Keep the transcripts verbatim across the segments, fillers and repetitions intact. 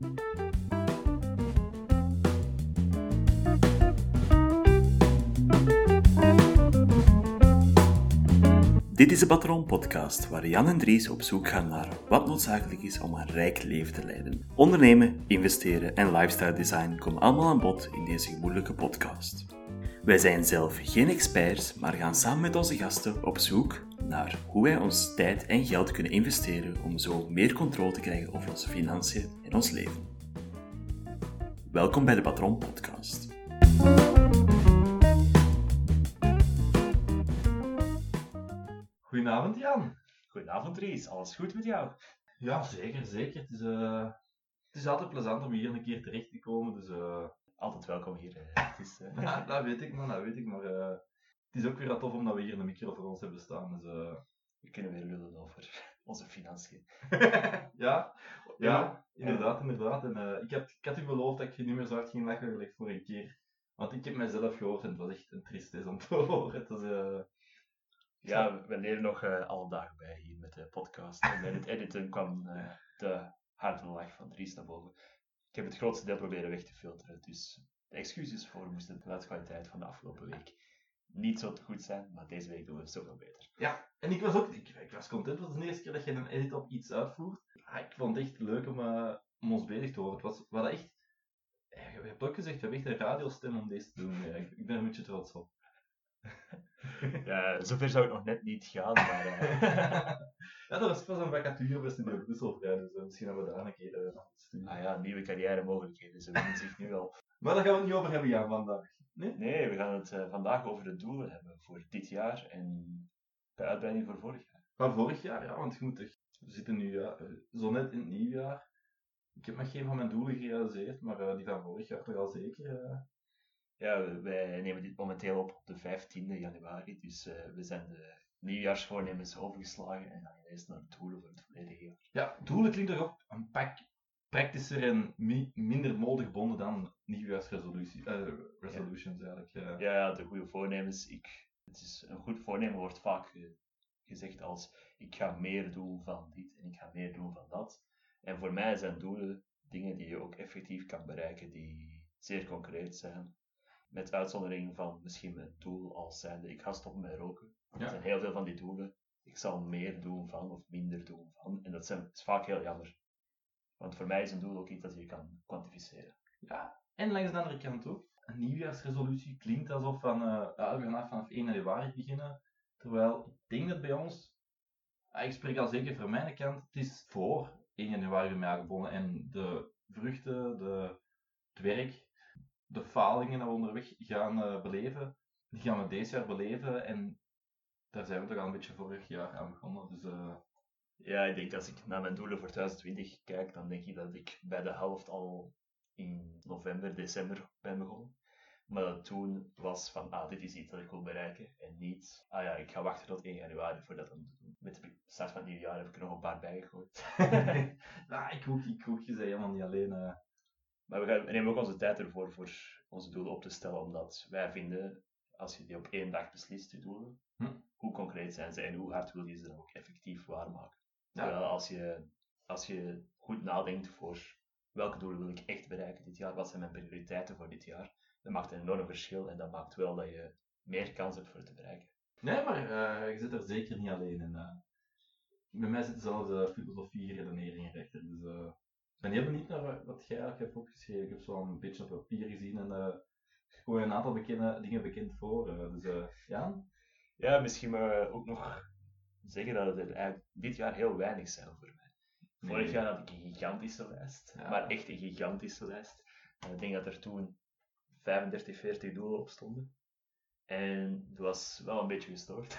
Dit is de Patron Podcast, waar Jan en Dries op zoek gaan naar wat noodzakelijk is om een rijk leven te leiden. Ondernemen, investeren en lifestyle design komen allemaal aan bod in deze gemoedelijke podcast. Wij zijn zelf geen experts, maar gaan samen met onze gasten op zoek naar hoe wij ons tijd en geld kunnen investeren om zo meer controle te krijgen over onze financiën en ons leven. Welkom bij de Patron Podcast. Goedenavond Jan. Goedenavond Dries, alles goed met jou? Ja, zeker, zeker. Het is, uh, het is altijd plezant om hier een keer terecht te komen, dus... Uh... Altijd welkom hier. Uh, het is, uh... ja, dat weet ik, man, dat weet ik, maar uh, het is ook weer tof omdat we hier een micro voor ons hebben staan, dus... Uh... We kunnen weer lullen over onze financiën. ja, ja, inderdaad, inderdaad. En, uh, ik, had, ik had u beloofd dat ik je niet meer zo hard ging lachen gelegd voor een keer. Want ik heb mijzelf gehoord en het was echt een tristesse om te horen. Het was... Uh... Ja, we leren nog uh, alle dagen bij hier met de podcast. En bij het editen kwam uh, de harde lach van Dries naar boven. Ik heb het grootste deel proberen weg te filteren, dus de excuses voor moesten de geluidskwaliteit van de afgelopen week niet zo goed zijn, maar deze week doen we het zoveel beter. Ja, en ik was ook ik, ik was content, het was de eerste keer dat je een edit op iets uitvoert. Ah, ik vond het echt leuk om, uh, om ons bezig te horen. Het was, we hadden echt, je hebt ook gezegd, we hebben echt een radiostem om deze te doen. Ja, ik, ik ben er een beetje trots op. Ja, zover zou het nog net niet gaan, maar... Uh... ja, dat was pas een vacature bij Studio Brussel vrij, dus uh, misschien hebben we daar een keer uh, nog iets doen. Ah ja, nieuwe carrière mogelijkheden, ze winnen zich nu al. Maar daar gaan we het niet over hebben, Jan, vandaag. Nee, nee we gaan het uh, vandaag over de doelen hebben voor dit jaar en de uitbreiding voor vorig jaar. Van vorig jaar, ja, want je moet er, we zitten nu uh, zo net in het nieuwjaar. Ik heb nog geen van mijn doelen gerealiseerd, maar uh, die van vorig jaar toch al zeker... Uh... Ja, wij nemen dit momenteel op op de vijftiende januari, dus uh, we zijn de nieuwjaarsvoornemens overgeslagen en gaan eerst naar de doelen voor het volledige jaar. Ja, doelen klinkt toch ook een pak praktischer en mi- minder modegebonden dan nieuwjaarsresoluties, uh, resolutions ja. eigenlijk. Uh. Ja, ja, de goede voornemens. Ik, het is, een goed voornemen wordt vaak uh, gezegd als ik ga meer doen van dit en ik ga meer doen van dat. En voor mij zijn doelen dingen die je ook effectief kan bereiken, die zeer concreet zijn. Met uitzondering van misschien een doel als zijnde, ik ga stoppen met roken. Ja. Er zijn heel veel van die doelen. Ik zal meer doen van of minder doen van. En dat zijn, is vaak heel jammer. Want voor mij is een doel ook iets dat je kan kwantificeren. Ja, en langs de andere kant ook. Een nieuwjaarsresolutie klinkt alsof van, uh, ja, we gaan vanaf één januari beginnen. Terwijl ik denk dat bij ons, uh, ik spreek al zeker van mijn kant, het is voor één januari bij mij aangekomen. En de vruchten, de, het werk, de falingen dat we onderweg gaan uh, beleven, die gaan we deze jaar beleven en daar zijn we toch al een beetje vorig jaar aan begonnen. Dus, uh... ja, ik denk als ik naar mijn doelen voor twintig twintig kijk, dan denk ik dat ik bij de helft al in november, december ben begonnen. Maar dat toen was van, ah, dit is iets dat ik wil bereiken en niet, ah ja, ik ga wachten tot één januari voor dat te doen. Met de start van het nieuwe jaar heb ik er nog een paar bijgegooid. nou, ik ook, ik ook, je zei helemaal niet alleen... Uh... Maar we, gaan, we nemen ook onze tijd ervoor voor onze doelen op te stellen, omdat wij vinden, als je die op één dag beslist, je doelen, hm? hoe concreet zijn ze en hoe hard wil je ze dan ook effectief waarmaken. Ja. Terwijl als je, als je goed nadenkt voor welke doelen wil ik echt bereiken dit jaar, wat zijn mijn prioriteiten voor dit jaar, dat maakt een enorm verschil en dat maakt wel dat je meer kans hebt voor het te bereiken. Nee, maar uh, je zit er zeker niet alleen in. Uh, bij mij zit dezelfde filosofie, redenering rechter, dus... Uh... Ik ben heel benieuwd naar wat jij eigenlijk hebt opgeschreven. Ik heb zo een beetje op papier gezien en uh, ik gooi een aantal bekende, dingen bekend voor. Uh, dus uh, ja? Ja, misschien maar ook nog zeggen dat er eigenlijk dit jaar heel weinig zijn voor mij. Nee. Vorig jaar had ik een gigantische lijst, ja. Maar echt een gigantische lijst. Uh, ik denk dat er toen vijfendertig, veertig doelen op stonden. En het was wel een beetje gestoord.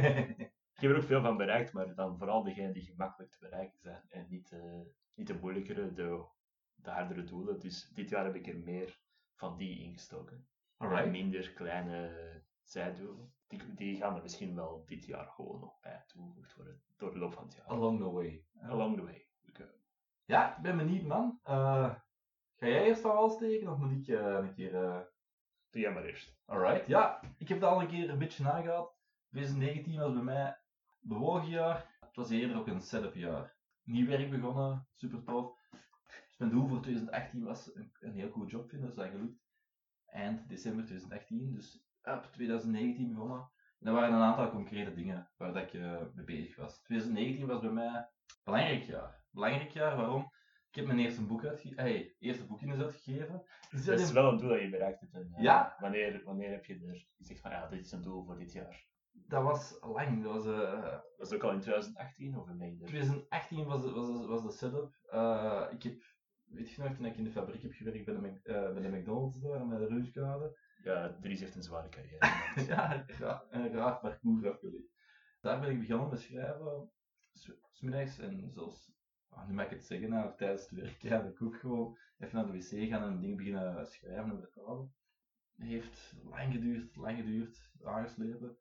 Ik heb er ook veel van bereikt, maar dan vooral degenen die gemakkelijk te bereiken zijn en niet... Uh, Niet de moeilijkere, de, de hardere doelen. Dus dit jaar heb ik er meer van die ingestoken. Alright. En minder kleine zijdoelen. Die, die gaan er misschien wel dit jaar gewoon nog bij toegevoegd worden. Door de loop van het jaar. Along the way. Along the way. Okay. Ja, ik ben benieuwd, man. Uh, ga jij eerst van wal steken of moet ik uh, een keer... Uh... Doe jij maar eerst. Alright, ja. Ik heb het al een keer een beetje nagehad. twintig negentien was bij mij bewogen jaar. Het was eerder ook een setup jaar. Nieuw werk begonnen, super tof. mijn doel voor twintig achttien was een, een heel goed job vinden, dat is dat gelukt. Eind december twintig achttien, dus op twintig negentien begonnen. En dat waren een aantal concrete dingen waar dat ik uh, mee bezig was. twintig negentien was bij mij een belangrijk jaar. Belangrijk jaar, waarom? Ik heb mijn eerste boek, uitge- hey, eerste boek in uitgegeven. Dus dat is wel een doel dat je bereikt hebt. En, uh, ja. Wanneer, wanneer heb je er gezegd van ja, dit is een doel voor dit jaar? Dat was lang. Dat was, uh, was het ook al in twintig achttien of een twintig achttien was de, was de, was de setup. Uh, ik heb, weet je nog, toen ik in de fabriek heb gewerkt bij de, Mac, uh, bij de McDonald's daar, met de Ruuskade. Ja, Dries heeft een zware carrière. ja, ja, een raar parcours afgelegd. Daar ben ik begonnen met schrijven, smiddags, en zoals, oh, nu mag ik het zeggen, nou, tijdens het werk, ja, ik ook gewoon even naar de wc gaan en dingen beginnen schrijven en betalen. Het heeft lang geduurd, lang geduurd, aangeslepen.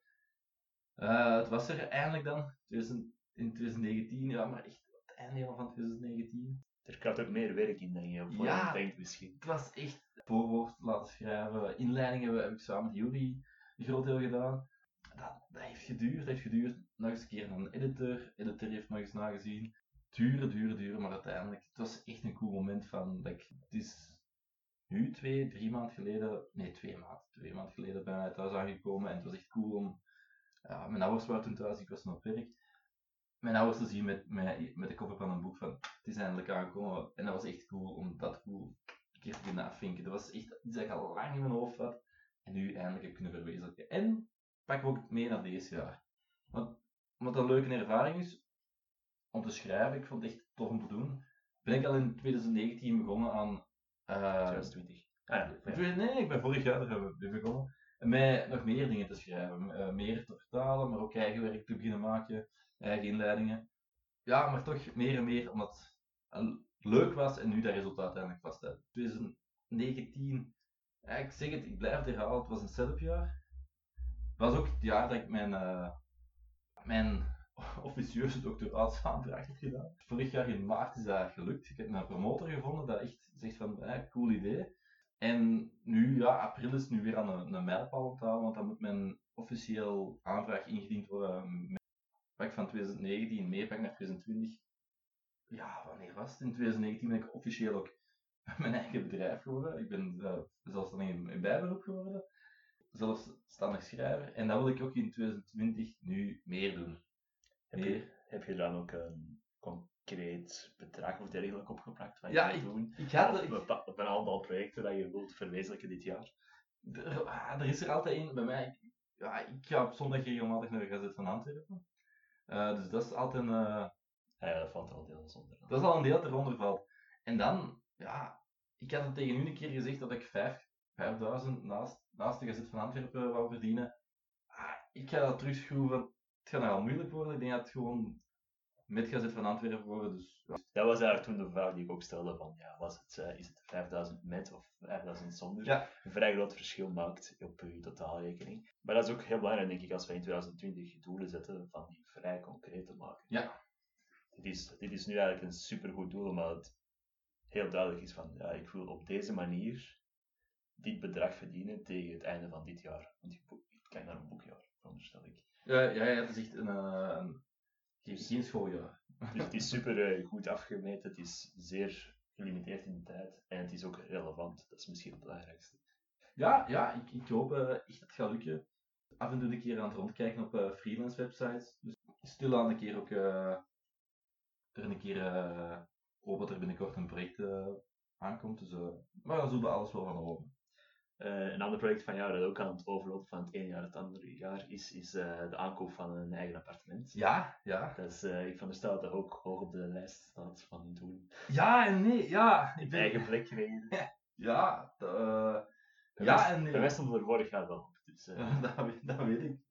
Uh, het was er eindelijk dan, in twintig negentien, ja, maar echt het einde van twintig negentien. Er gaat ook meer werk in dan je voor ja, denkt misschien. Het was echt voorwoord laten schrijven, inleidingen heb ik samen met Jury een groot deel gedaan. Dat, dat heeft geduurd, dat heeft geduurd. Nog eens een keer naar een editor, editor heeft nog eens nagezien. Duren, duren, duren, maar uiteindelijk, het was echt een cool moment van, dat ik, het is nu twee, drie maanden geleden, nee twee maanden, twee maanden geleden bij mij thuis aangekomen en het was echt cool om, ja, mijn ouders waren toen thuis, ik was nog op werk. Mijn ouders te zien met, met, met de koffer van een boek van, het is eindelijk aangekomen. En dat was echt cool, om dat cool een keer te kunnen afvinken. Dat was echt iets dat ik al lang in mijn hoofd had. En nu eindelijk heb kunnen verwezenlijken. En pak ik ook mee naar deze jaar. Want, omdat dat een leuke ervaring is, om te schrijven, ik vond het echt tof om te doen, ben ik al in twintig negentien begonnen aan... Uh, twintig twintig. Ah, ja. Nee, nee, ik ben vorig jaar er begonnen. Met nog meer dingen te schrijven. Uh, meer te vertalen, maar ook eigen werk te beginnen maken. Eigen inleidingen. Ja, maar toch meer en meer, omdat het leuk was en nu dat resultaat uiteindelijk vaststaat. twintig negentien, ja, ik zeg het, ik blijf het herhalen, het was een setup-jaar. Het was ook het jaar dat ik mijn, uh, mijn officieuze doctoraatsaanvraag heb gedaan. Vorig jaar in maart is dat gelukt. Ik heb een promotor gevonden dat echt zegt van, eh, cool idee. En nu, ja, april is nu weer aan een, een mijlpaal onthalen, want dan moet mijn officieel aanvraag ingediend worden. Pak van twintig negentien meepak naar twintig twintig. Ja, wanneer was het? In twintig negentien ben ik officieel ook mijn eigen bedrijf geworden. Ik ben uh, zelfstandig in, in bijberoep geworden. Zelfstandig schrijver. En dat wil ik ook in twintig twintig nu meer doen. Heb je, heb je dan ook een concreet bedrag of dergelijke opgeplakt wat je ja, wilt ik, doen? Ik had, of ik, een, of een aantal projecten dat je wilt verwezenlijken dit jaar? Er, er is er altijd één bij mij. Ik, ja, ik ga op zondag regelmatig naar de Gazet van Antwerpen. Uh, dus dat is altijd een... Uh, ja, dat valt er al deels onder. Dat is al een deel dat eronder valt. En dan, ja, ik had het tegen u een keer gezegd dat ik vijfduizend naast, naast de Gazet van Antwerpen wou verdienen. Ah, ik ga dat terugschroeven. Het gaat nogal moeilijk worden. Ik denk dat het gewoon met Gazet van Antwerpen worden. Dus, ja. Dat was eigenlijk toen de vraag die ik ook stelde van, ja, was het, uh, is het vijfduizend met of vijfduizend zonder? Ja. Een vrij groot verschil maakt op je totaalrekening. Maar dat is ook heel belangrijk, denk ik, als we in twintig twintig doelen zetten, van die vrij concreet te maken. Ja. Dit is, dit is nu eigenlijk een supergoed doel, omdat het heel duidelijk is van, ja, ik wil op deze manier dit bedrag verdienen tegen het einde van dit jaar. Want ik, ik kijk naar een boekjaar, veronderstel ik. Ja, ja, ja, het is echt een, een, een geen schooljaar. Dus het is super uh, goed afgemeten, het is zeer gelimiteerd in de tijd en het is ook relevant. Dat is misschien het belangrijkste. Ja, ja ik, ik hoop uh, echt dat het gaat lukken. Af en toe een keer aan het rondkijken op uh, freelance websites. Dus stilaan een keer ook uh, er een keer uh, hoop dat er binnenkort een project uh, aankomt. Dus, uh, maar dan zullen we alles wel van horen. Uh, een ander project van jou dat ook aan het overlopen van het ene jaar het andere jaar is, is uh, de aankoop van een eigen appartement. Ja, ja. Dat is, uh, ik veronderstel dat dat ook hoog op de lijst staat van die doelen. Ja en nee, ja. Ik ben... Eigen plek creëren. Ja, uh, ja ja en nee. De rest stond er vorig jaar wel op. Dus, uh, ja, dat, weet, dat weet ik.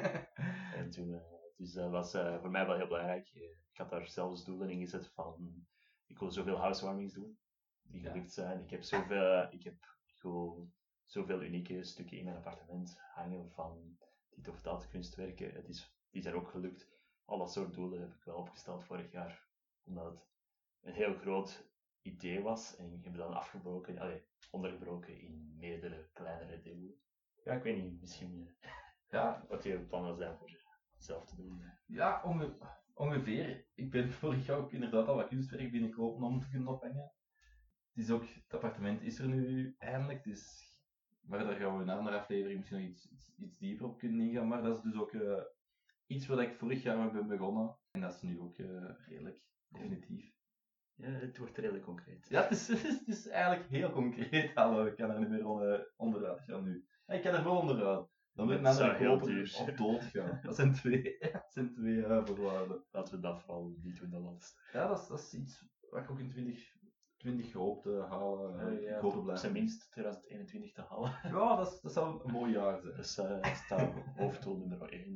en toen, uh, dus dat was uh, voor mij wel heel belangrijk. Ik had daar zelfs doelen in gezet van, ik wil zoveel housewarmings doen, die gelukt zijn. Ik heb zoveel, ik heb gewoon zoveel unieke stukken in mijn appartement hangen van dit of dat kunstwerken. Het is, die zijn ook gelukt. Al dat soort doelen heb ik wel opgesteld vorig jaar, omdat het een heel groot idee was en ik heb het dan afgebroken, allee, ondergebroken in meerdere kleinere delen. Ja, ik weet niet, misschien ja, wat je plannen zijn voor jezelf te doen. Ja, onge- ongeveer. Ik ben vorig jaar ook inderdaad al wat kunstwerk binnenkopen om te kunnen ophangen. het is ook, het appartement is er nu eindelijk, dus, maar daar gaan we in een andere aflevering misschien nog iets, iets, iets dieper op kunnen ingaan. Maar dat is dus ook uh, iets wat ik vorig jaar mee ben begonnen. En dat is nu ook uh, redelijk definitief. Ja, het wordt redelijk concreet. Ja, het is, het is, het is eigenlijk heel concreet. Hallo, ik kan er niet meer onder, onderuit gaan nu. Ja, ik kan er wel onderuit. Dan moet een andere kopen of doodgaan. Dat zijn twee, dat zijn twee uh, voorwaarden. Laten we dat vooral niet doen, dan laatste. Ja, dat is, dat is iets wat ik ook in twintig twintig hoop te halen. Uh, ja, ik hoop op zijn minst twintig eenentwintig te halen. Ja, dat, is, dat zou een mooi jaar zijn. Dus uh, dat staat hoofddoel nummer één.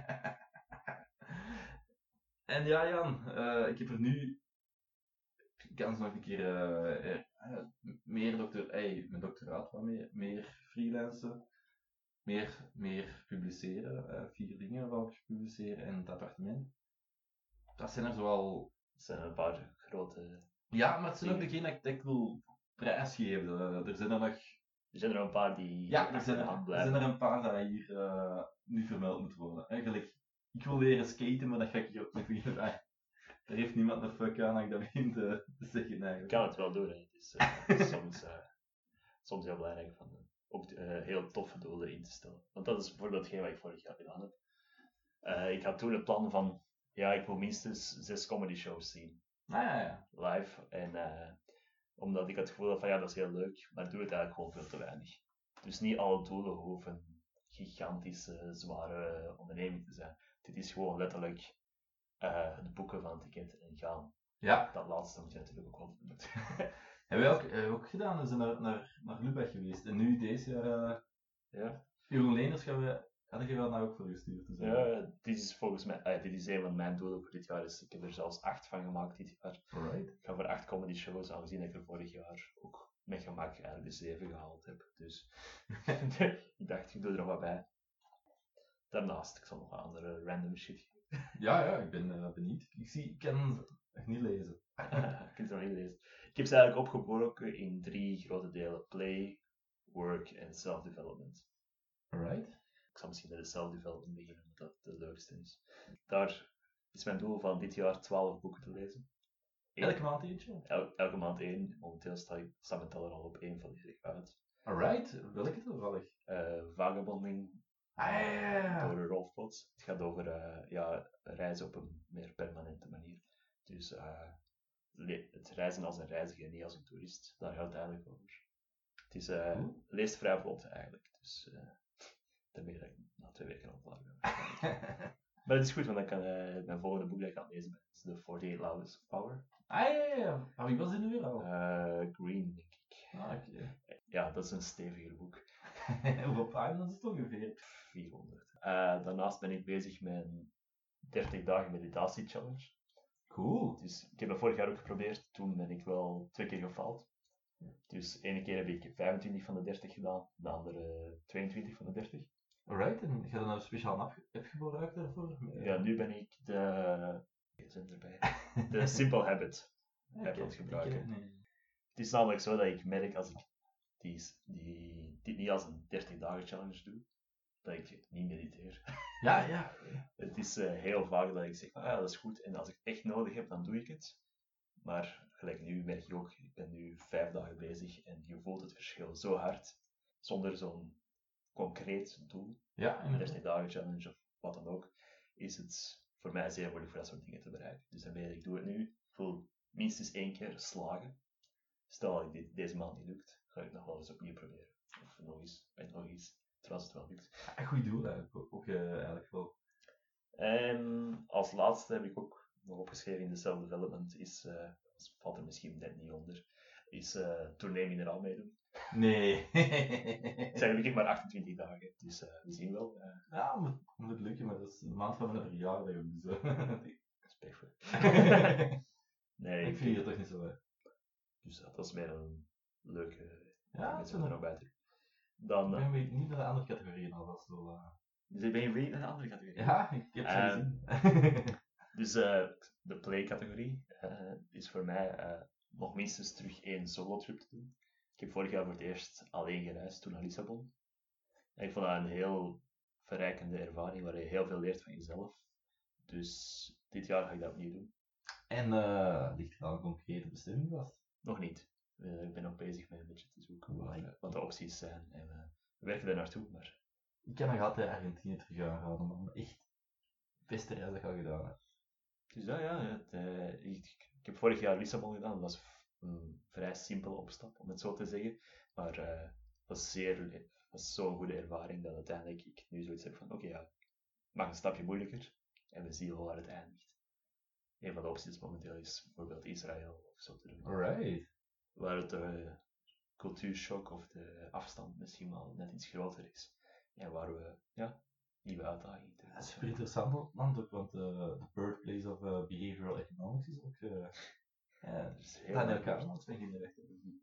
En ja, Jan, uh, ik heb er nu kans nog een keer uh, uh, meer doctor, hey, mijn doctoraat wat meer, meer freelancen. Meer, meer publiceren, uh, vier dingen wou ik publiceren in het appartement. Dat zijn er zoal... Dat zijn een paar grote... Ja, maar het zijn ook degenen dat ik wil prijsgeven. Uh, er zijn er nog... Er zijn er een paar die... Ja, er zijn er, er, zijn er een paar die hier uh, nu vermeld moeten worden. Eigenlijk, ik wil leren skaten, maar dat ga ik hier ook niet beginnen. Daar heeft niemand een fuck aan als ik dat begin te, te zeggen eigenlijk. Ik kan het wel doen, hè. Het is uh, soms, uh, soms heel belangrijk van... ook uh, heel toffe doelen in te stellen. Want dat is bijvoorbeeld hetgeen wat ik vorig jaar gedaan heb. Uh, ik had toen een plan van, ja, ik wil minstens zes comedy shows zien. Ah, ja, ja. Live. En uh, omdat ik had het gevoel had van, ja, dat is heel leuk, maar ik doe het eigenlijk gewoon veel te weinig. Dus niet alle doelen hoeven gigantische, zware onderneming te zijn. Dit is gewoon letterlijk uh, het boeken van een ticket en gaan. Ja. Dat laatste moet je natuurlijk ook wel doen. Hebben wij ook, uh, ook gedaan, we zijn naar, naar, naar Lübeck geweest. En nu deze jaar, uh, ja. Jeroen Leenders gaan we, hadden je wel nou ook voor gestuurd. Dus, uh. Ja, dit is volgens mij, uh, dit is een van mijn doelen voor dit jaar. Dus ik heb er zelfs acht van gemaakt dit jaar. Alright. Ik ga voor acht comedy shows, aangezien ik er vorig jaar ook met gemak eigenlijk de zeven gehaald heb. Dus ik dacht, ik doe er nog wat bij. Daarnaast, ik zal nog andere random shit. Ja, ja, ik ben uh, benieuwd. Ik, zie, ik kan het niet lezen. Ik kan het nog niet lezen. Ik heb ze eigenlijk opgebroken in drie grote delen. Play, work en self-development. Alright. Ik zal misschien met de self-development beginnen, omdat dat de leukste is. Daar is mijn doel van dit jaar twaalf boeken te lezen. Eén. Elke maand eentje? El, elke maand één. Momenteel staat mijn teller al op één volledig uit. Alright. Welke toevallig? Uh, Vagabonding. Ah, ja, ja, ja. Door Rolf Potts. Het gaat over uh, ja, reizen op een meer permanente manier. Dus uh, le- het reizen als een reiziger, niet als een toerist. Daar gaat het eigenlijk over. Het is, uh, hm? leest vrij vlot eigenlijk. Dus uh, daarmee dat ik na twee weken al klaar ben. Maar het is goed, want dan kan uh, mijn volgende boek dat ik aan het lezen ben. is The forty-eight Laws of Power. Ah ja, ja, ja. Maar wie was die nu weer al? Uh, Green, denk ik. Ah, oké. Okay. Ja, dat is een steviger boek. Hoeveel pagina's is het ongeveer? vierhonderd. Uh, daarnaast ben ik bezig met een dertig dagen meditatie challenge. Cool. Dus ik heb dat vorig jaar ook geprobeerd. Toen ben ik wel twee keer gefaald. Dus ene keer heb ik vijfentwintig van de dertig gedaan, de andere tweeëntwintig van de dertig. Alright, en ga je dan nou een speciaal app, app gebruikt daarvoor? Ja, nu ben ik de... zijn erbij. De Simple Habit app aan het gebruiken. Nee. Het is namelijk zo dat ik merk als ik die, die, dit niet als een dertig dagen challenge doe, dat ik niet mediteer. Ja, ja. Het is uh, heel vaak dat ik zeg, ah, ja, dat is goed. En als ik echt nodig heb, dan doe ik het. Maar gelijk nu merk je ook, ik ben nu vijf dagen bezig en je voelt het verschil zo hard. Zonder zo'n concreet doel, ja, een dertig dagen challenge of wat dan ook, is het voor mij zeer moeilijk voor dat soort dingen te bereiken. Dus daarmee, ik doe het nu, ik voel minstens één keer slagen. Stel dat dit deze maand niet lukt, ga ik het nog wel eens opnieuw proberen. Of nog eens, en nog eens, terwijl het wel lukt. Een goed doel eigenlijk, ook uh, eigenlijk wel. En als laatste heb ik ook nog opgeschreven in de self-development, is, uh, dat valt er misschien net niet onder, is uh, tournee mineraal meedoen. Nee. Het zijn gelukkig maar achtentwintig dagen, dus uh, we zien wel. Uh. Ja, moet, moet lukken, maar dat is een maand van mijn verjaardag, dus... Uh. Respect voor. Nee, ik vind het toch niet zo, hè. Dus dat is meer een leuke... Ja, dat is er nog bij te Dan... Ik ben uh, niet naar de andere categorieën alvast wel... Uh... Dus ben je weet naar de andere categorie? Ja, ik heb ze uh, gezien. Dus uh, de play-categorie uh, is voor mij uh, nog minstens terug één solo-trip te doen. Ik heb vorig jaar voor het eerst alleen gereisd, toen naar Lissabon. En ik vond dat een heel verrijkende ervaring, waar je heel veel leert van jezelf. Dus dit jaar ga ik dat opnieuw doen. En uh, ligt er al een concrete bestemming vast? Nog niet. Uh, ik ben ook bezig met een beetje te zoeken waar, uh, wat de opties zijn. En uh, we werken daar naartoe, maar... Ik kan nog altijd Argentinië terug aanhouden, man. Echt de beste reis dat ik al gedaan heb. Dus ja, ja het, uh, ik, ik heb vorig jaar Lissabon gedaan. Dat was een vrij simpele opstap, om het zo te zeggen. Maar uh, het was, zeer, was zo'n goede ervaring dat uiteindelijk ik nu zoiets heb van, oké, okay, ja, mag een stapje moeilijker en we zien wel waar het eindigt. Een van de opties momenteel is bijvoorbeeld Israël of zo te doen. Alright. Waar het de cultuurshock of de afstand misschien wel net iets groter is. En waar we, ja, nieuwe uitdagingen tegen. Dat is super interessant, man, ook, want uh, the birthplace of uh, behavioral economics is ook... Uh, ja, Daniel Kahneman, ben je direct.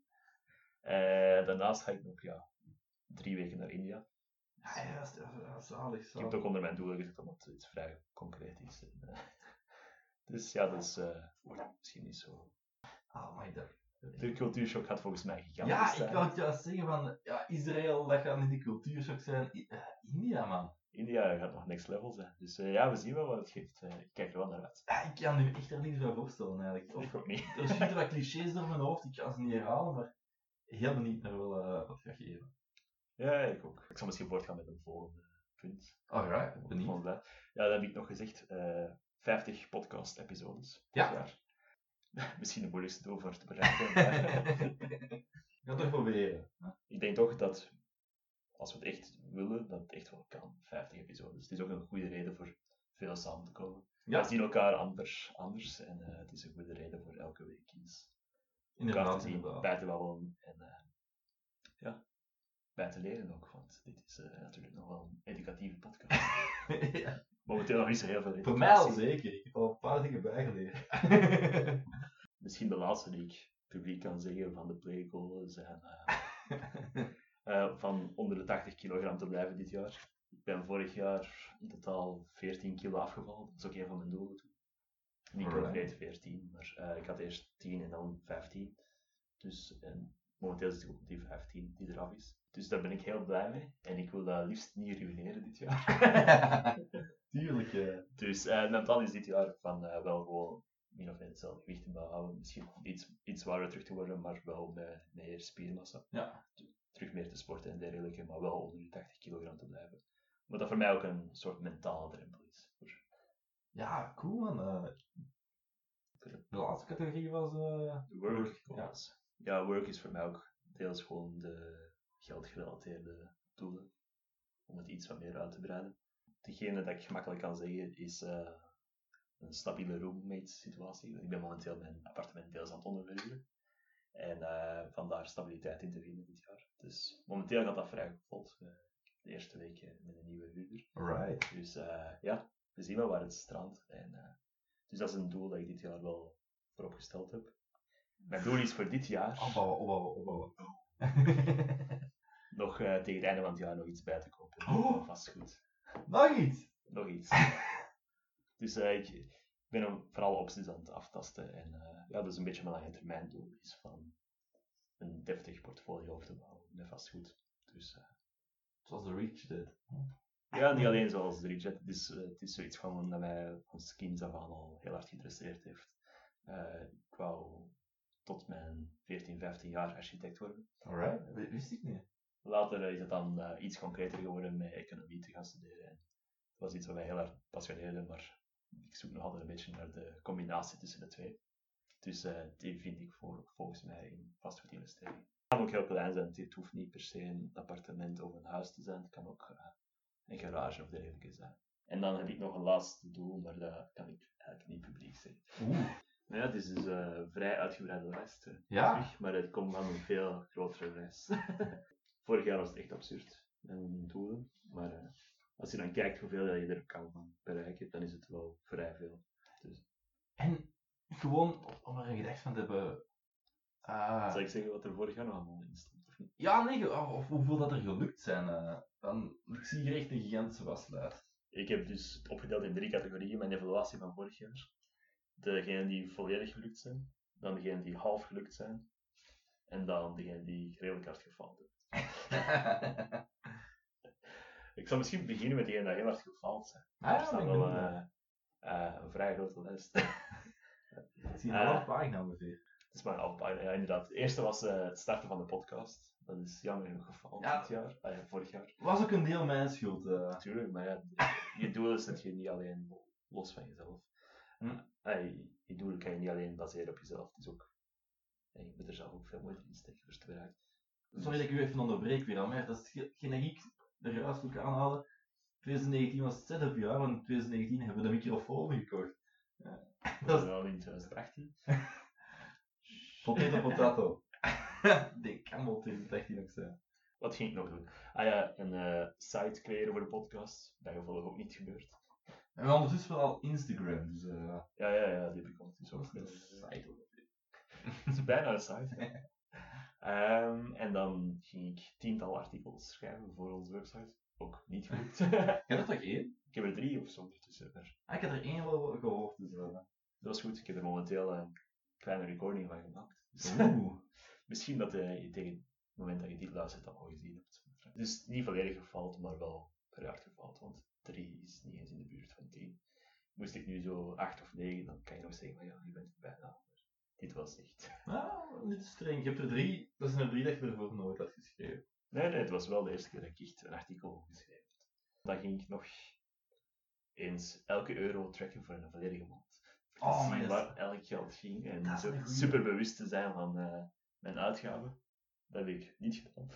Uh, daarnaast ga ik nog, ja, drie weken naar India. Ja, ja, dat is zalig, zalig. Ik heb het ook onder mijn doelen gezet, omdat het iets vrij concreet is. En, uh, dus ja, dat is uh, misschien niet zo... Oh my god. De cultuurshock gaat volgens mij gigantisch zijn. Ja, ik wou het juist zeggen van, ja, Israël, dat gaat niet de cultuurshock zijn. I- uh, India, man. India gaat nog next level zijn. Dus uh, ja, we zien wel wat het geeft. Uh, ik kijk er wel naar uit. Ja, ik kan nu echt er niks bij voorstellen, eigenlijk. Of, ik ook niet. Er schieten wat clichés door mijn hoofd, ik kan ze niet herhalen, maar heel benieuwd naar wel uh, wat gaat geven. Ja, ik ook. Ik zal misschien voortgaan met een volgende punt. Alright, benieuwd. Ja, dat heb ik nog gezegd. Uh, vijftig podcast-episodes. Ja. Jaar. Misschien de moeilijkste doel voor te bereiken. Maar... Ik ga toch proberen. Ik denk toch dat, als we het echt willen, dat het echt wel kan. vijftig episodes. Het is ook een goede reden voor veel samen te komen. Ja. We zien elkaar anders, anders en uh, het is een goede reden voor elke week eens elkaar te zien, inderdaad. bij te babbelen en uh, ja, bij te leren ook. Want dit is uh, natuurlijk nog wel een educatieve podcast. Ja. Momenteel nog niet zo heel veel educatie. Voor mij al zeker. Ik heb al een paar dingen bijgeleerd. Misschien de laatste die ik publiek kan zeggen van de playgoals zijn uh, uh, van onder de tachtig kilogram te blijven dit jaar. Ik ben vorig jaar in totaal veertien kilo afgevallen. Dat is ook een van mijn doelen toen. Niet concreet veertien, maar uh, ik had eerst tien en dan vijftien. Dus en momenteel zit ik op die vijftien die eraf is. Dus daar ben ik heel blij mee. En ik wil dat liefst niet ruïneren dit jaar. Tuurlijk, ja. Dus uh, mijn plan is dit jaar van uh, wel gewoon min of meer hetzelfde gewicht te behouden. Misschien iets, iets zwaarder terug te worden, maar wel met meer spiermassa. Ja. Terug meer te sporten en dergelijke, maar wel onder de tachtig kilogram te blijven. Maar dat voor mij ook een soort mentale drempel is. Ja, cool man. Uh, de laatste categorie was... Uh, work goals. Ja. ja, work is voor mij ook deels gewoon de geldgerelateerde doelen. Om het iets wat meer uit te breiden. Degene dat ik gemakkelijk kan zeggen is uh, een stabiele roommate situatie. Ik ben momenteel mijn appartement deels aan het onderverhuren. En uh, vandaar stabiliteit in te vinden dit jaar. Dus momenteel gaat dat vrij vlot. Uh, de eerste week uh, met een nieuwe huurder. Alright. Dus uh, ja, we zien wel waar het strandt. En, uh, dus dat is een doel dat ik dit jaar wel vooropgesteld heb. Mijn doel is voor dit jaar... Opbouwen, opbouwen, opbouwen. nog uh, tegen het einde van het jaar nog iets bij te kopen. Oh. Vastgoed. Nog iets? Nog iets. Dus uh, ik ben hem vooral opties aan het aftasten. En uh, ja, dat is een beetje mijn lange termijn doel. Is van een deftig portfolio op te bouwen met vastgoed. Dus, uh, zoals de Reach deed. Ja, niet alleen zoals de Reach. Het is, uh, het is zoiets van dat mij ons kinds af aan al heel hard geïnteresseerd heeft. Uh, ik wou tot mijn veertien, vijftien jaar architect worden. Alright, dat wist ik niet. Later is het dan uh, iets concreter geworden met economie te gaan studeren. En dat was iets wat mij heel erg passioneerde, maar ik zoek nog altijd een beetje naar de combinatie tussen de twee. Dus uh, die vind ik voor, volgens mij in vastgoedinvestering. Het kan ook heel klein zijn, het hoeft niet per se een appartement of een huis te zijn, het kan ook uh, een garage of dergelijke zijn. En dan heb ik nog een laatste doel, maar dat kan ik eigenlijk niet publiek zeggen. Oeh. Maar ja, het is dus een uh, vrij uitgebreide lijst. Uh, ja. Terug, maar het komt van een veel grotere reis. Vorig jaar was het echt absurd, mijn doelen. Maar uh, als je dan kijkt hoeveel je er kan bereiken, dan is het wel vrij veel. Dus. En gewoon om er een gedachte van te hebben. Uh... Zal ik zeggen wat er vorig jaar nog allemaal in stond? Of niet? Ja, nee, of, of hoeveel dat er gelukt zijn. Uh, dan, ik zie hier echt een gigantische waslijst. Ik heb dus het opgedeeld in drie categorieën, mijn evaluatie van vorig jaar. Degenen die volledig gelukt zijn, dan degenen die half gelukt zijn, en dan degenen die redelijk hard gefaald hebben. Ik zal misschien beginnen met degenen die heel hard gefaald zijn. Ah, ja, er staat wel uh, uh, een vrij grote lijst. Ik zie een half pagina ongeveer. is maar een afbouw. Ja, inderdaad. Het eerste was uh, het starten van de podcast. Dat is jammer genoeg geval ja, dit jaar. Ah, ja, vorig jaar. Was ook een deel mijn schuld. Uh. Natuurlijk, maar ja, je doel is dat je niet alleen los van jezelf. Hm. Ay, je doel kan je niet alleen baseren op jezelf. Het is ook, ja, je moet er zelf ook veel moeite in steken voor te bereiken. Sorry dat ik u even onderbreek weer al, maar dat is hetgeen dat ik er juist ook aanhaalde. twintig negentien was het setup jaar, want in twintig negentien hebben we de microfoon gekocht. Ja. Dat is wel in twintig achttien. Potato potato. Die kan wel twintig achttien ook zijn. Wat ging ik nog doen? Ah ja, een uh, site creëren voor de podcast. Bijgevolg ook niet gebeurd. En we ondertussen wel al Instagram, dus... Uh... Ja, ja, ja, die heb ik ondertussen ook. Een site. Het is bijna een site. um, en dan ging ik tiental artikels schrijven voor onze website. Ook niet goed. Je hebt er toch één? Ik heb er drie of zo ondertussen. Maar... Ah, ik heb er één wel gehoord, dus... Uh... Dat was goed. Ik heb er momenteel een kleine recording van gemaakt. Dus, Oeh. Misschien dat uh, je tegen het moment dat je dit luistert dat al gezien hebt. Dus niet volledig gefaald, maar wel keihard gefaald. Want drie is niet eens in de buurt van tien. Moest ik nu zo acht of negen, dan kan je nog zeggen van ja, je bent er bijna. Maar dit was echt... Nou, niet te streng. Je hebt er drie, dat zijn er drie dat je ervoor nooit had geschreven. Nee, nee, het was wel de eerste keer dat ik echt een artikel geschreven heb. Dan ging ik nog eens elke euro tracken voor een volledige maand. Oh, maar waar elk geld ging en zo super bewust te zijn van uh, mijn uitgaven. Dat heb ik niet gedaan.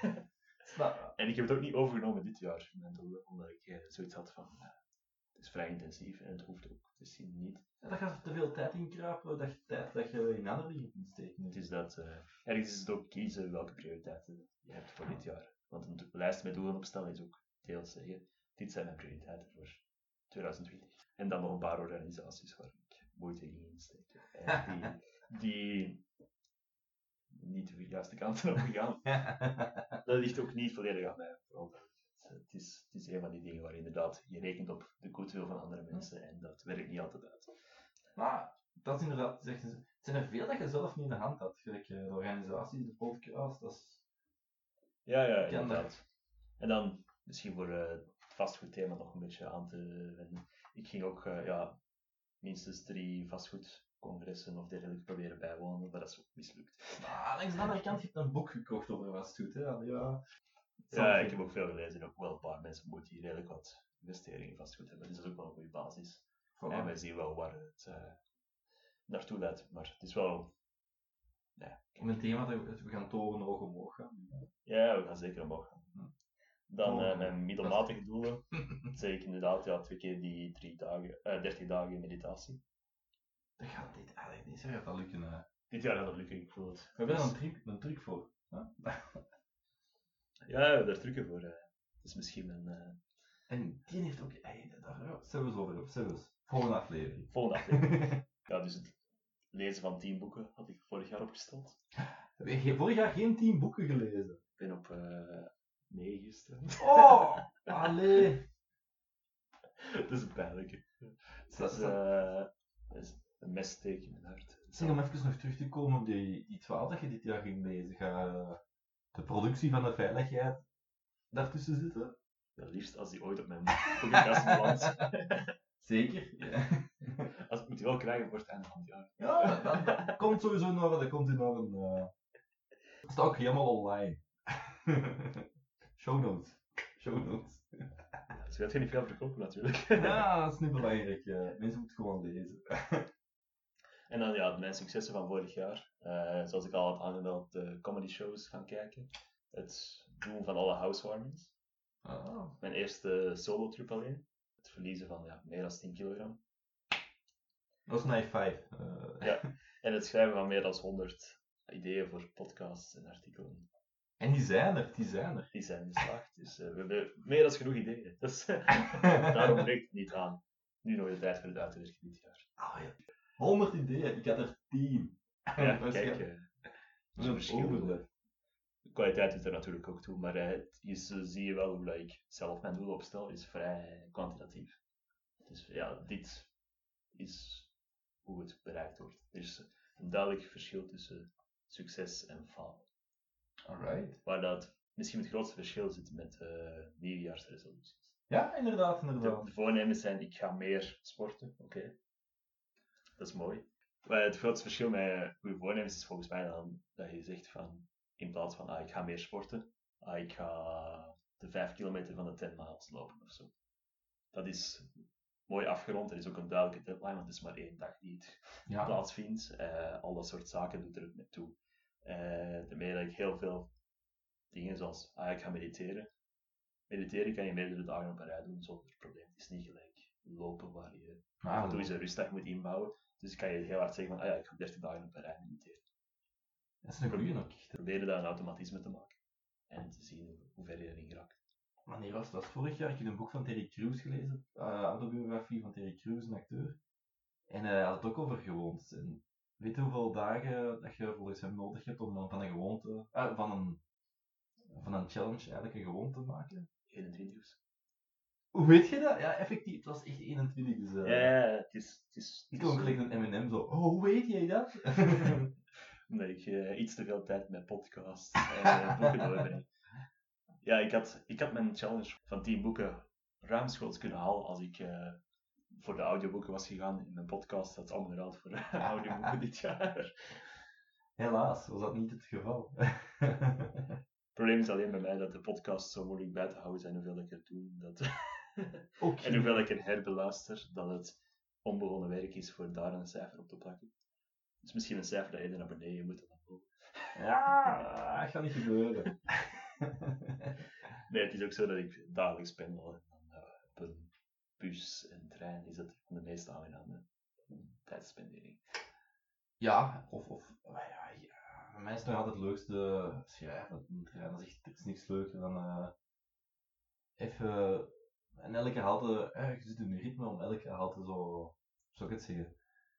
En ik heb het ook niet overgenomen dit jaar, mijn doelen, omdat ik uh, zoiets had van uh, het is vrij intensief en het hoeft ook misschien niet. Ja, dat gaat er te veel tijd in kruipen, dat je tijd dat je in andere dingen kunt steken. Het is dat, uh, ergens is het ook kiezen welke prioriteiten je hebt voor dit jaar. Want een lijst met doelen opstellen is ook deels zeggen, dit zijn mijn prioriteiten voor twintig twintig. En dan nog een paar organisaties waar ik moeite in insteek. En die, die niet de juiste kant op gegaan. Dat ligt ook niet volledig aan mij. Het is, het is een van die dingen waar inderdaad je rekent op de goodwill van andere mensen en dat werkt niet altijd uit. Maar dat is inderdaad, zeg, het zijn er veel dat je zelf niet in de hand had. Gelijk de organisaties, de podcast, dat is... Ja, ja, inderdaad. En dan misschien voor uh, het vastgoedthema nog een beetje aan te wenden. Ik ging ook uh, ja, minstens drie vastgoedcongressen of dergelijke proberen bijwonen, maar dat is ook mislukt. Maar langs de andere kant, je hebt een boek gekocht over vastgoed, hè? Ja, ja ik heb ook veel gelezen en ook wel een paar mensen moeten hier redelijk wat investeringen in vastgoed hebben, dus dat is ook wel een goede basis. Voilà. En wij zien wel waar het uh, naartoe leidt, maar het is wel... Ja, om een thema dat we gaan toren hoog omhoog gaan. Ja, we gaan zeker omhoog gaan. Dan uh, mijn middelmatige doelen. zeg ik inderdaad, ja, twee keer die drie dagen, uh, dertig dagen meditatie. Dat gaat dit, ah, dit jaar gaat dat lukken. Uh. Dit jaar gaat dat lukken, ik voel het. We hebben er een truc, een truc voor. Huh? ja, we hebben daar trucken voor. Uh. Het is misschien een... Uh... En die heeft ook... Hey, daar zijn we zo over op. Zelfs. Volgende aflevering. Volgende aflevering. ja, dus het lezen van tien boeken had ik vorig jaar opgesteld. Heb je vorig jaar geen tien boeken gelezen? Ik ben op... Uh... Nee, gisteren. Oh! Allee! Dat is pijnlijk. Dat is, uh, dat is een messteek in mijn hart. Zeg, om even nog terug te komen op die, die twaalf dat je dit jaar ging lezen. Ga de productie van de veiligheid daartussen zitten? Ja, liefst als die ooit op mijn boekenkast belandt. Zeker? Ja. Als ik moet die wel krijgen voor het einde van het jaar. Ja, dat, dat, dat komt sowieso nog, dat komt in nog een... Uh... Dat staat ook helemaal online. Show notes. Show notes. Dus je gaat je niet veel verkopen natuurlijk. Ja, dat is niet belangrijk. Ja. Mensen moeten gewoon lezen. En dan ja, mijn successen van vorig jaar. Uh, zoals ik al had aangemeld, de comedy shows gaan kijken. Het doen van alle housewarmings. Ah. Mijn eerste solo trip alleen. Het verliezen van ja, meer dan tien kilogram. Dat is een high five. Uh. Ja, en het schrijven van meer dan honderd ideeën voor podcasts en artikelen. En die zijn er, die zijn er. Die zijn geslaagd. Dus uh, we hebben meer dan genoeg ideeën. Dus, daarom breekt het niet aan. Nu nog de tijd voor het uit te werken dit jaar. Oh, ja. honderd ideeën, ik had er tien. Ja, kijk. Uh, dat is een verschil. De kwaliteit is er natuurlijk ook toe, maar uh, het is, uh, zie je wel hoe dat ik zelf mijn doelen opstel, is vrij kwantitatief. Dus ja, dit is hoe het bereikt wordt. Er is een duidelijk verschil tussen succes en falen. Alright. Waar dat misschien het grootste verschil zit met uh, nieuwjaarsresoluties. Ja, inderdaad, inderdaad. De, de voornemens zijn, ik ga meer sporten, oké. Okay. Dat is mooi. Maar het grootste verschil met goede voornemens is volgens mij dan dat je zegt van, in plaats van, ah, ik ga meer sporten, ah, ik ga de vijf kilometer van de tien miles lopen of zo. Dat is mooi afgerond. Er is ook een duidelijke deadline, want het is maar één dag die het ja. plaatsvindt. Uh, al dat soort zaken doet er ook naartoe. Uh, daarmee dat ik heel veel dingen zoals, ah, ik ga mediteren. Mediteren kan je meerdere dagen op een rij doen zonder probleem. Het is niet gelijk lopen waar je ah, af en toe eens een rustdag moet inbouwen. Dus kan je heel hard zeggen van, ah ja, ik ga dertig dagen op een rij mediteren. Dat is een goeie nog. Proberen dat een automatisme te maken. En te zien hoe ver je erin geraakt. Wanneer was dat? Vorig jaar heb ik een boek van Terry Crews gelezen. Uh, autobiografie van Terry Crews, een acteur. En hij uh, had het ook over gewoontes. En weet je hoeveel dagen dat je volgens hem nodig hebt om van een gewoonte, uh, van een, van een challenge eigenlijk een gewoonte te maken? eenentwintig. Hoe weet je dat? Ja, effectief, het was echt eenentwintig. Dus, uh, ja, ja, het is... Het is ik klonk gelijk een M en M zo, oh, hoe weet jij dat? Omdat ik uh, iets te veel tijd met podcasts en uh, boeken doorbreng. Ja, ik had, ik had mijn challenge van tien boeken ruimschoots kunnen halen als ik uh, voor de audioboeken was gegaan. In mijn podcast had het omgeruild voor de audioboeken dit jaar. Helaas was dat niet het geval. Het probleem is alleen bij mij dat de podcasts zo moeilijk bij te houden zijn hoeveel ik er doe. Dat okay. En hoeveel ik er herbeluister, dat het onbegonnen werk is voor daar een cijfer op te plakken. Dus misschien een cijfer dat je er naar beneden moet dan naar boven. Ja, dat gaat niet gebeuren. Nee, het is ook zo dat ik dagelijks pendel en dan uh, op een bus en trein is dat de meest aangename tijdspendering. Ja, of, of ja, ja, voor mij is het nog altijd het leukste schrijven op een trein. Dat is echt, er is niks leuker dan uh, even en elke halte, eh, je zit in je ritme om elke halte zo, zou ik het zeggen.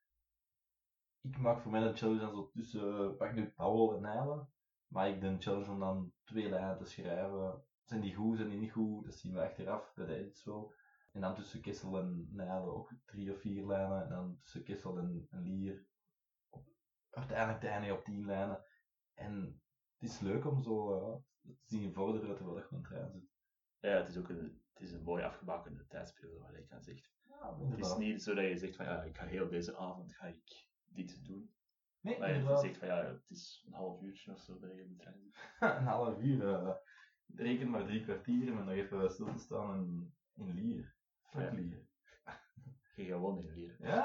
Ik maak voor mij een challenge dan zo tussen, pak nu Powell en Nijlen. Maar ik de challenge om dan twee lijnen te schrijven. Zijn die goed, zijn die niet goed? Dat zien we achteraf bij de edits wel. En dan tussen Kessel en Nijlen ook drie of vier lijnen. En dan tussen Kessel en, en Lier op, uiteindelijk te eindigen op tien lijnen. En het is leuk om zo uh, te zien vorderen terwijl je op een trein zit. Ja, het is ook een, het is een mooi afgebakende tijdsperiode waar je aan zegt. Ja, het is niet zo dat je zegt van ja, ik ga heel deze avond ga ik dit doen. Nee, maar je zegt van ja, het is een half uurtje of zo dat je op de trein zit. Een half uur, uh, reken maar drie kwartier en nog even stil te staan in, in Lier. Fuck ja. Lier. Je gaat gewoon in Lier. Ja.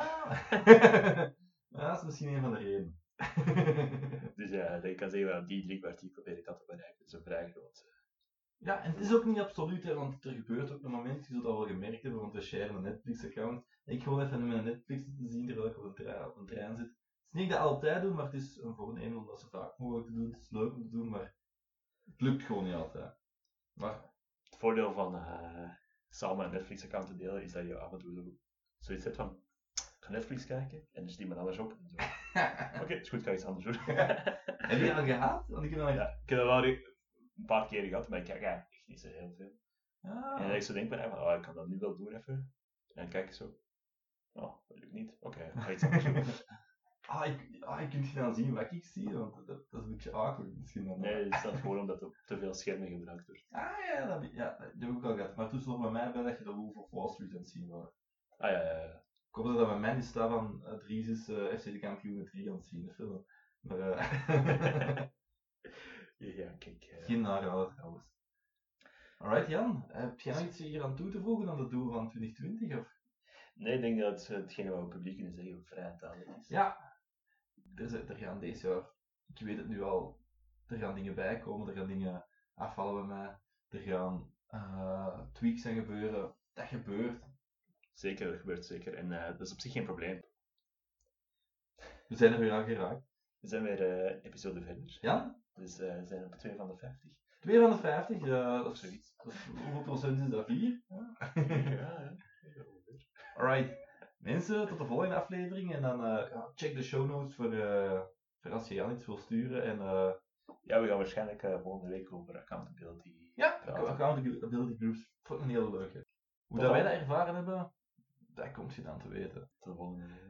Ja, dat is misschien een van de redenen. Dus ja, je kan zeggen dat die drie kwartier probeer ik dat te bereiken. Dat is een vrij groot. Ja, en het is ook niet absoluut, hè, want er gebeurt ook een moment, je zult dat wel gemerkt hebben, want we sharen een Netflix-account. Ik gewoon even in mijn Netflix te zien terwijl ik op een, trein, op een trein zit. Het is niet dat ik dat altijd doe, maar het is een voornemen om dat zo vaak mogelijk te doen. Het is leuk om te doen, maar het lukt gewoon niet altijd. Maar het voordeel van uh, samen een Netflix-account te delen is dat je af en toe zoiets hebt van, ik ga Netflix kijken en er zit iemand anders op. En zo. Oké, okay, is goed, ik ga iets anders doen. Heb je dat al gehad? Want ik heb dat ja, ik heb dat wel een paar keer gehad, maar ik kijk eigenlijk echt niet zo heel veel. Ah. En dan ik zo denk van, oh, ik kan dat nu wel doen even. En dan kijk ik zo, oh, dat lukt niet. Oké, okay, ga iets anders doen. Ah, ik, ah, je kunt je dan zien wat ik zie, want dat, dat is een beetje awkward misschien. Dan nee, het staat gewoon omdat er te veel schermen gebruikt wordt. Ah ja, dat, ja, dat heb ik ook al gehad. Maar toen stond bij mij bij dat je de Wolf of Wall Street aan het zien was. Ah ja, ja, ja. Ik hoop dat dat bij mij niet staat van uh, Dries is uh, F C de kampioen drie aan het zien, de film. Maar uh... ja, kijk. Uh... Geen narader trouwens. Alright Jan, heb jij nog iets hier aan toe te voegen aan het doel van twintig twintig? Of? Nee, ik denk dat hetgene wat we publiek kunnen zeggen ook vrij duidelijk is. Ja, er, er gaan deze jaar, ik weet het nu al, er gaan dingen bijkomen, er gaan dingen afvallen bij mij, er gaan uh, tweaks zijn gebeuren, dat gebeurt. Zeker, dat gebeurt zeker en uh, dat is op zich geen probleem. We zijn er weer aan geraakt. We zijn weer uh, episode verder. Ja? Dus uh, we zijn op twee van de vijftig. twee van de vijftig, uh, of zoiets. Dat is, hoeveel procent is dat? vier? Ja, ja. Alright. Mensen, tot de volgende aflevering. En dan uh, check de show notes voor, uh, voor als je Jan iets wil sturen. En, uh, ja, we gaan waarschijnlijk uh, volgende week over accountability. Ja, accountability groups. Vond ik een hele leuke. Hoe dat wij dat ervaren hebben, dat komt je dan te weten. Tot de volgende week.